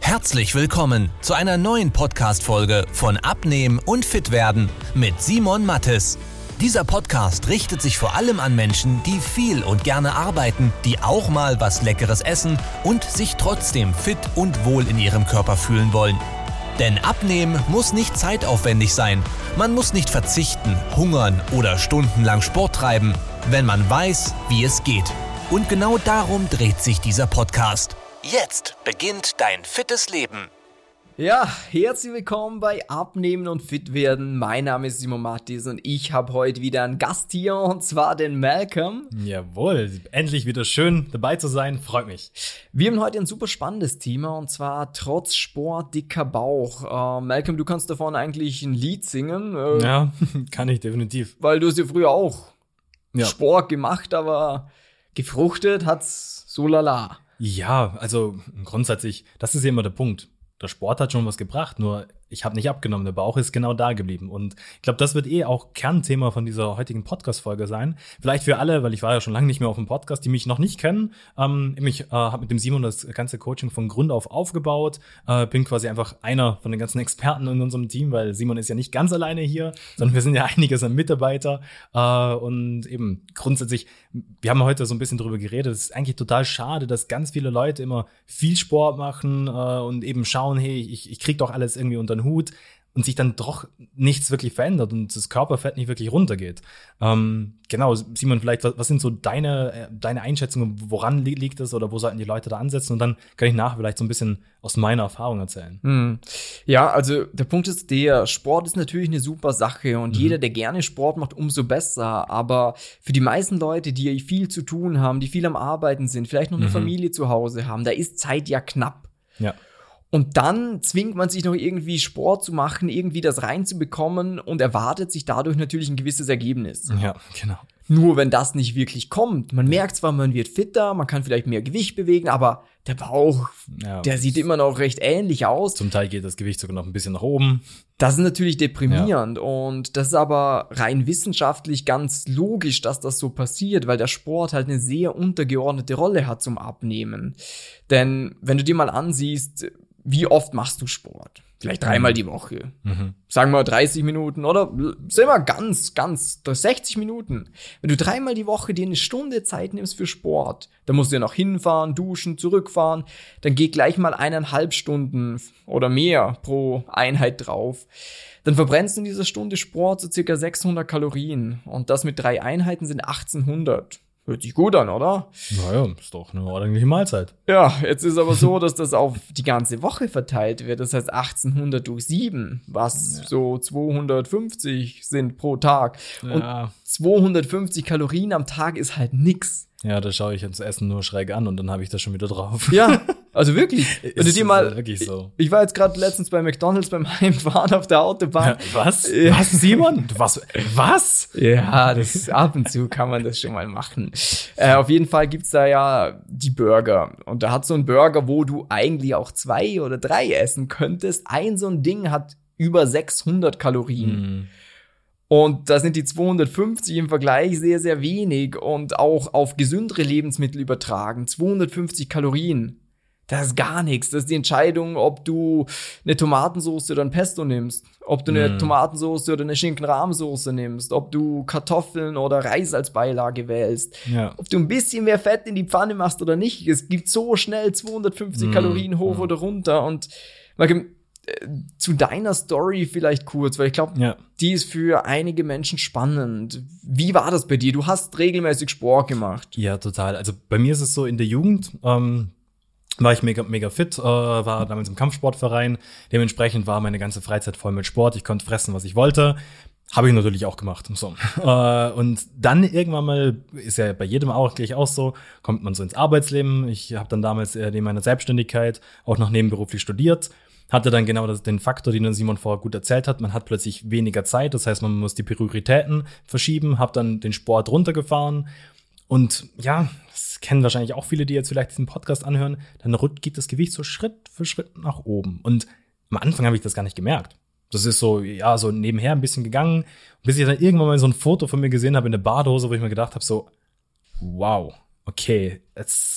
Herzlich willkommen zu einer neuen Podcast-Folge von Abnehmen und Fitwerden mit Simon Mattes. Dieser Podcast richtet sich vor allem an Menschen, die viel und gerne arbeiten, die auch mal was Leckeres essen und sich trotzdem fit und wohl in ihrem Körper fühlen wollen. Denn Abnehmen muss nicht zeitaufwendig sein. Man muss nicht verzichten, hungern oder stundenlang Sport treiben, wenn man weiß, wie es geht. Und genau darum dreht sich dieser Podcast. Jetzt beginnt dein fittes Leben. Ja, herzlich willkommen bei Abnehmen und Fitwerden. Mein Name ist Simon Mattes und ich habe heute wieder einen Gast hier, und zwar den Malcolm. Jawohl, endlich wieder schön dabei zu sein, freut mich. Wir haben heute ein super spannendes Thema, und zwar trotz Sport dicker Bauch. Malcolm, du kannst davon eigentlich ein Lied singen. Ja, kann ich definitiv. Weil du hast ja früher auch Sport gemacht, aber gefruchtet hat's so lala. Ja, also grundsätzlich, das ist ja immer der Punkt. Der Sport hat schon was gebracht, nur ich habe nicht abgenommen. Der Bauch ist genau da geblieben. Und ich glaube, das wird auch Kernthema von dieser heutigen Podcast-Folge sein. Vielleicht für alle, weil ich war ja schon lange nicht mehr auf dem Podcast, die mich noch nicht kennen. Ich habe mit dem Simon das ganze Coaching von Grund auf aufgebaut. Bin quasi einfach einer von den ganzen Experten in unserem Team, weil Simon ist ja nicht ganz alleine hier, sondern wir sind ja einiges an Mitarbeiter. Und eben grundsätzlich, wir haben heute so ein bisschen drüber geredet. Es ist eigentlich total schade, dass ganz viele Leute immer viel Sport machen und eben schauen, hey, ich krieg doch alles irgendwie unter den Hut und sich dann doch nichts wirklich verändert und das Körperfett nicht wirklich runtergeht. Genau, Simon, vielleicht, was sind so deine Einschätzungen, woran liegt es oder wo sollten die Leute da ansetzen? Und dann kann ich nachher vielleicht so ein bisschen aus meiner Erfahrung erzählen. Ja, also der Punkt ist Sport ist natürlich eine super Sache und jeder, der gerne Sport macht, umso besser. Aber für die meisten Leute, die viel zu tun haben, die viel am Arbeiten sind, vielleicht noch eine Familie zu Hause haben, da ist Zeit ja knapp. Ja. Und dann zwingt man sich noch irgendwie Sport zu machen, irgendwie das reinzubekommen und erwartet sich dadurch natürlich ein gewisses Ergebnis. Ja, genau. Nur wenn das nicht wirklich kommt, man merkt zwar, man wird fitter, man kann vielleicht mehr Gewicht bewegen, aber der Bauch, der sieht immer noch recht ähnlich aus. Zum Teil geht das Gewicht sogar noch ein bisschen nach oben. Das ist natürlich deprimierend und das ist aber rein wissenschaftlich ganz logisch, dass das so passiert, weil der Sport halt eine sehr untergeordnete Rolle hat zum Abnehmen. Denn wenn du dir mal ansiehst, wie oft machst du Sport? Vielleicht 3-mal die Woche. Sagen wir 30 Minuten oder sagen wir ganz 60 Minuten. Wenn du 3-mal die Woche dir eine Stunde Zeit nimmst für Sport, dann musst du ja noch hinfahren, duschen, zurückfahren, dann geh gleich mal 1,5 Stunden oder mehr pro Einheit drauf. Dann verbrennst du in dieser Stunde Sport so circa 600 Kalorien und das mit 3 Einheiten sind 1800. Hört sich gut an, oder? Naja, ist doch eine ordentliche Mahlzeit. Ja, jetzt ist aber so, dass das auf die ganze Woche verteilt wird. Das heißt 1800 durch 7, was so 250 sind pro Tag. Ja. Und 250 Kalorien am Tag ist halt nix. Ja, da schaue ich ins Essen nur schräg an und dann habe ich das schon wieder drauf. Ja, also wirklich. Wenn du dir mal, wirklich so. Ich war jetzt gerade letztens bei McDonald's beim Heimfahren auf der Autobahn. Was? Was, Simon? Was? Ja, ab und zu kann man das schon mal machen. Auf jeden Fall gibt's da ja die Burger. Und da hat so ein Burger, wo du eigentlich auch 2 oder 3 essen könntest. So ein Ding hat über 600 Kalorien. Und da sind die 250 im Vergleich sehr, sehr wenig und auch auf gesündere Lebensmittel übertragen. 250 Kalorien. Das ist gar nichts. Das ist die Entscheidung, ob du eine Tomatensauce oder ein Pesto nimmst. Ob du eine Tomatensauce oder eine Schinken-Rahmsauce nimmst. Ob du Kartoffeln oder Reis als Beilage wählst. Ja. Ob du ein bisschen mehr Fett in die Pfanne machst oder nicht. Es gibt so schnell 250 Kalorien hoch oder runter. Und zu deiner Story vielleicht kurz, weil ich glaube, die ist für einige Menschen spannend. Wie war das bei dir? Du hast regelmäßig Sport gemacht. Ja, total. Also bei mir ist es so, in der Jugend war ich mega fit, war damals im Kampfsportverein. Dementsprechend war meine ganze Freizeit voll mit Sport. Ich konnte fressen, was ich wollte. Habe ich natürlich auch gemacht. So. Und dann irgendwann mal, ist ja bei jedem auch gleich auch so, kommt man so ins Arbeitsleben. Ich habe dann damals neben meiner Selbstständigkeit auch noch nebenberuflich studiert. Hatte dann genau den Faktor, den Simon vorher gut erzählt hat. Man hat plötzlich weniger Zeit, das heißt, man muss die Prioritäten verschieben, habe dann den Sport runtergefahren. Und ja, das kennen wahrscheinlich auch viele, die jetzt vielleicht diesen Podcast anhören, dann geht das Gewicht so Schritt für Schritt nach oben. Und am Anfang habe ich das gar nicht gemerkt. Das ist so, so nebenher ein bisschen gegangen, bis ich dann irgendwann mal so ein Foto von mir gesehen habe in der Badehose, wo ich mir gedacht habe, so, wow, okay, jetzt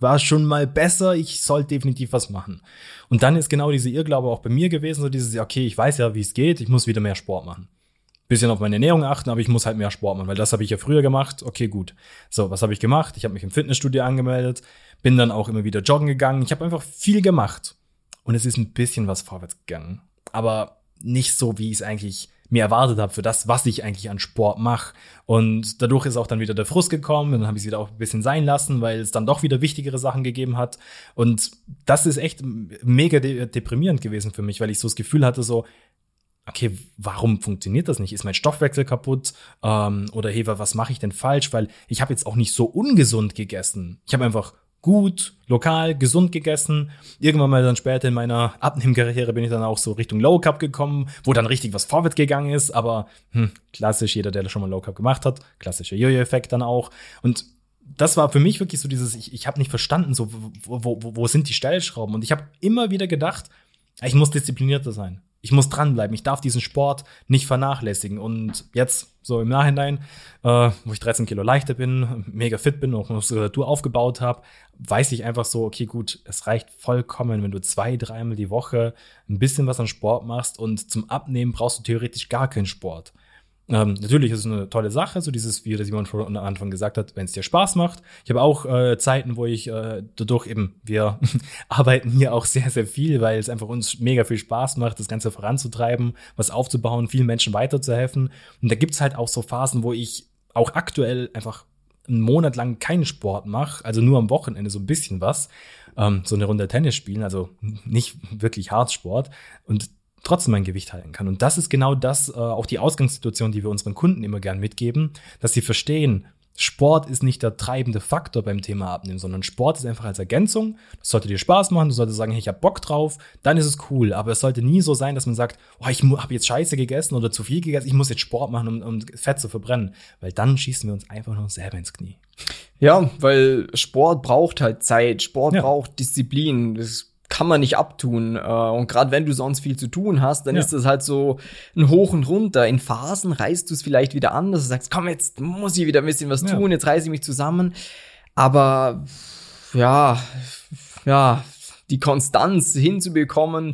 war schon mal besser, ich soll definitiv was machen. Und dann ist genau diese Irrglaube auch bei mir gewesen, so dieses, okay, ich weiß ja, wie es geht, ich muss wieder mehr Sport machen. Bisschen auf meine Ernährung achten, aber ich muss halt mehr Sport machen, weil das habe ich ja früher gemacht. Okay, gut. So, was habe ich gemacht? Ich habe mich im Fitnessstudio angemeldet, bin dann auch immer wieder joggen gegangen. Ich habe einfach viel gemacht. Und es ist ein bisschen was vorwärts gegangen. Aber nicht so, wie ich es eigentlich mir erwartet habe für das, was ich eigentlich an Sport mache. Und dadurch ist auch dann wieder der Frust gekommen. Und dann habe ich es wieder auch ein bisschen sein lassen, weil es dann doch wieder wichtigere Sachen gegeben hat. Und das ist echt mega deprimierend gewesen für mich, weil ich so das Gefühl hatte, so, okay, warum funktioniert das nicht? Ist mein Stoffwechsel kaputt? Oder hey, was mache ich denn falsch? Weil ich habe jetzt auch nicht so ungesund gegessen. Ich habe einfach gut, lokal, gesund gegessen. Irgendwann mal dann später in meiner Abnehmkarriere bin ich dann auch so Richtung Low Carb gekommen, wo dann richtig was vorwärts gegangen ist. Aber klassisch, jeder, der schon mal Low Carb gemacht hat, klassischer Jojo-Effekt dann auch. Und das war für mich wirklich so dieses, ich habe nicht verstanden, so wo sind die Stellschrauben? Und ich habe immer wieder gedacht, ich muss disziplinierter sein. Ich muss dranbleiben. Ich darf diesen Sport nicht vernachlässigen. Und jetzt, so im Nachhinein, wo ich 13 Kilo leichter bin, mega fit bin, auch Muskulatur aufgebaut habe, weiß ich einfach so, okay, gut, es reicht vollkommen, wenn du 2-3 Mal die Woche ein bisschen was an Sport machst und zum Abnehmen brauchst du theoretisch gar keinen Sport. Natürlich ist es eine tolle Sache, so dieses, wie der Simon schon am Anfang gesagt hat, wenn es dir Spaß macht. Ich habe auch Zeiten, wo ich dadurch eben, wir arbeiten hier auch sehr, sehr viel, weil es einfach uns mega viel Spaß macht, das Ganze voranzutreiben, was aufzubauen, vielen Menschen weiterzuhelfen. Und da gibt's halt auch so Phasen, wo ich auch aktuell einfach einen Monat lang keinen Sport mache, also nur am Wochenende so ein bisschen was, so eine Runde Tennis spielen, also nicht wirklich Hardsport und trotzdem mein Gewicht halten kann. Und das ist genau das, auch die Ausgangssituation, die wir unseren Kunden immer gern mitgeben, dass sie verstehen, Sport ist nicht der treibende Faktor beim Thema Abnehmen, sondern Sport ist einfach als Ergänzung. Das sollte dir Spaß machen, du solltest sagen, hey, ich hab Bock drauf, dann ist es cool. Aber es sollte nie so sein, dass man sagt, oh, ich habe jetzt Scheiße gegessen oder zu viel gegessen, ich muss jetzt Sport machen, um Fett zu verbrennen. Weil dann schießen wir uns einfach nur selber ins Knie. Ja, weil Sport braucht halt Zeit, Sport braucht Disziplin, das kann man nicht abtun. Und gerade wenn du sonst viel zu tun hast, dann ist das halt so ein Hoch und runter. In Phasen reißt du es vielleicht wieder an, dass du sagst, komm, jetzt muss ich wieder ein bisschen was tun, jetzt reiße ich mich zusammen. Aber ja, die Konstanz hinzubekommen,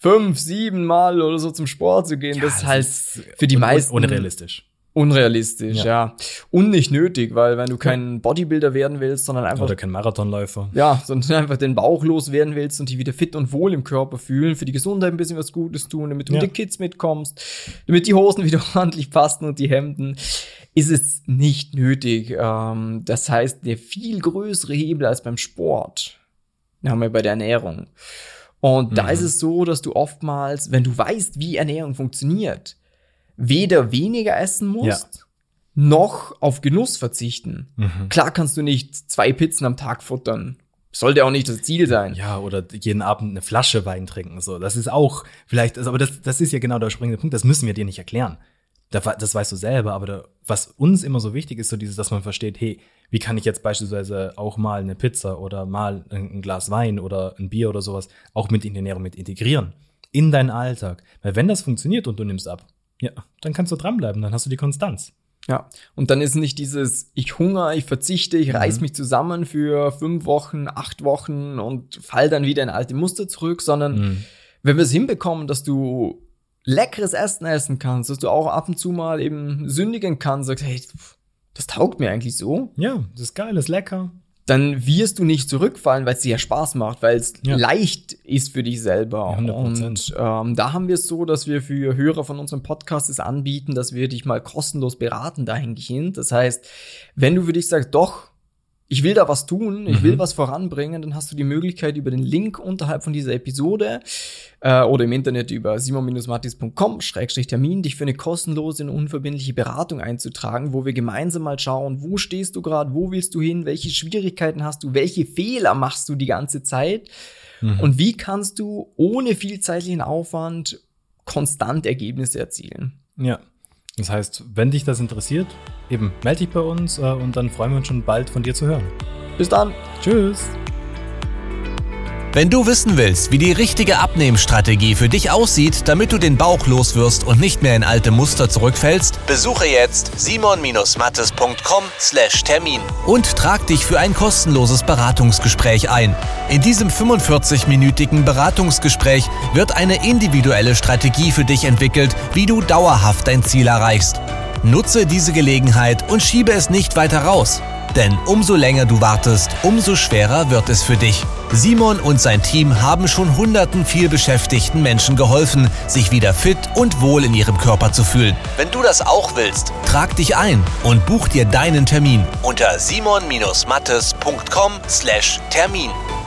5-7 Mal oder so zum Sport zu gehen, das ist halt für die meisten unrealistisch, ja. Und nicht nötig, weil wenn du kein Bodybuilder werden willst, sondern einfach oder kein Marathonläufer. Ja, sondern einfach den Bauch loswerden willst und dich wieder fit und wohl im Körper fühlen, für die Gesundheit ein bisschen was Gutes tun, damit du mit den Kids mitkommst, damit die Hosen wieder ordentlich passen und die Hemden, ist es nicht nötig. Das heißt, der viel größere Hebel als beim Sport haben wir bei der Ernährung. Und da ist es so, dass du oftmals, wenn du weißt, wie Ernährung funktioniert, weder weniger essen musst, noch auf Genuss verzichten. Klar kannst du nicht 2 Pizzen am Tag futtern. Sollte auch nicht das Ziel sein. Ja, oder jeden Abend eine Flasche Wein trinken. So, das ist auch vielleicht, aber das ist ja genau der springende Punkt. Das müssen wir dir nicht erklären. Das weißt du selber. Aber was uns immer so wichtig ist, so dieses, dass man versteht, hey, wie kann ich jetzt beispielsweise auch mal eine Pizza oder mal ein Glas Wein oder ein Bier oder sowas auch mit in die Ernährung mit integrieren. In deinen Alltag. Weil wenn das funktioniert und du nimmst ab, ja, dann kannst du dranbleiben, dann hast du die Konstanz. Ja, und dann ist nicht dieses, ich hungere, ich verzichte, ich reiß mich zusammen für 5 Wochen, 8 Wochen und fall dann wieder in alte Muster zurück, sondern wenn wir es hinbekommen, dass du leckeres Essen essen kannst, dass du auch ab und zu mal eben sündigen kannst, sagst, hey, das taugt mir eigentlich so. Ja, das ist geil, das ist lecker. Dann wirst du nicht zurückfallen, weil es dir ja Spaß macht, weil es leicht ist für dich selber. 100%. Und da haben wir es so, dass wir für Hörer von unserem Podcast es anbieten, dass wir dich mal kostenlos beraten dahingehend. Das heißt, wenn du für dich sagst, doch, ich will da was tun, ich will was voranbringen, dann hast du die Möglichkeit, über den Link unterhalb von dieser Episode oder im Internet über simon-mattis.com/Termin dich für eine kostenlose und unverbindliche Beratung einzutragen, wo wir gemeinsam mal schauen, wo stehst du gerade, wo willst du hin, welche Schwierigkeiten hast du, welche Fehler machst du die ganze Zeit und wie kannst du ohne viel zeitlichen Aufwand konstant Ergebnisse erzielen. Ja. Das heißt, wenn dich das interessiert, eben melde dich bei uns und dann freuen wir uns schon bald von dir zu hören. Bis dann. Tschüss. Wenn du wissen willst, wie die richtige Abnehmstrategie für dich aussieht, damit du den Bauch loswirst und nicht mehr in alte Muster zurückfällst, besuche jetzt simon-mattes.com/Termin und trag dich für ein kostenloses Beratungsgespräch ein. In diesem 45-minütigen Beratungsgespräch wird eine individuelle Strategie für dich entwickelt, wie du dauerhaft dein Ziel erreichst. Nutze diese Gelegenheit und schiebe es nicht weiter raus. Denn umso länger du wartest, umso schwerer wird es für dich. Simon und sein Team haben schon hunderten vielbeschäftigten Menschen geholfen, sich wieder fit und wohl in ihrem Körper zu fühlen. Wenn du das auch willst, trag dich ein und buch dir deinen Termin unter simon-mattes.com/Termin.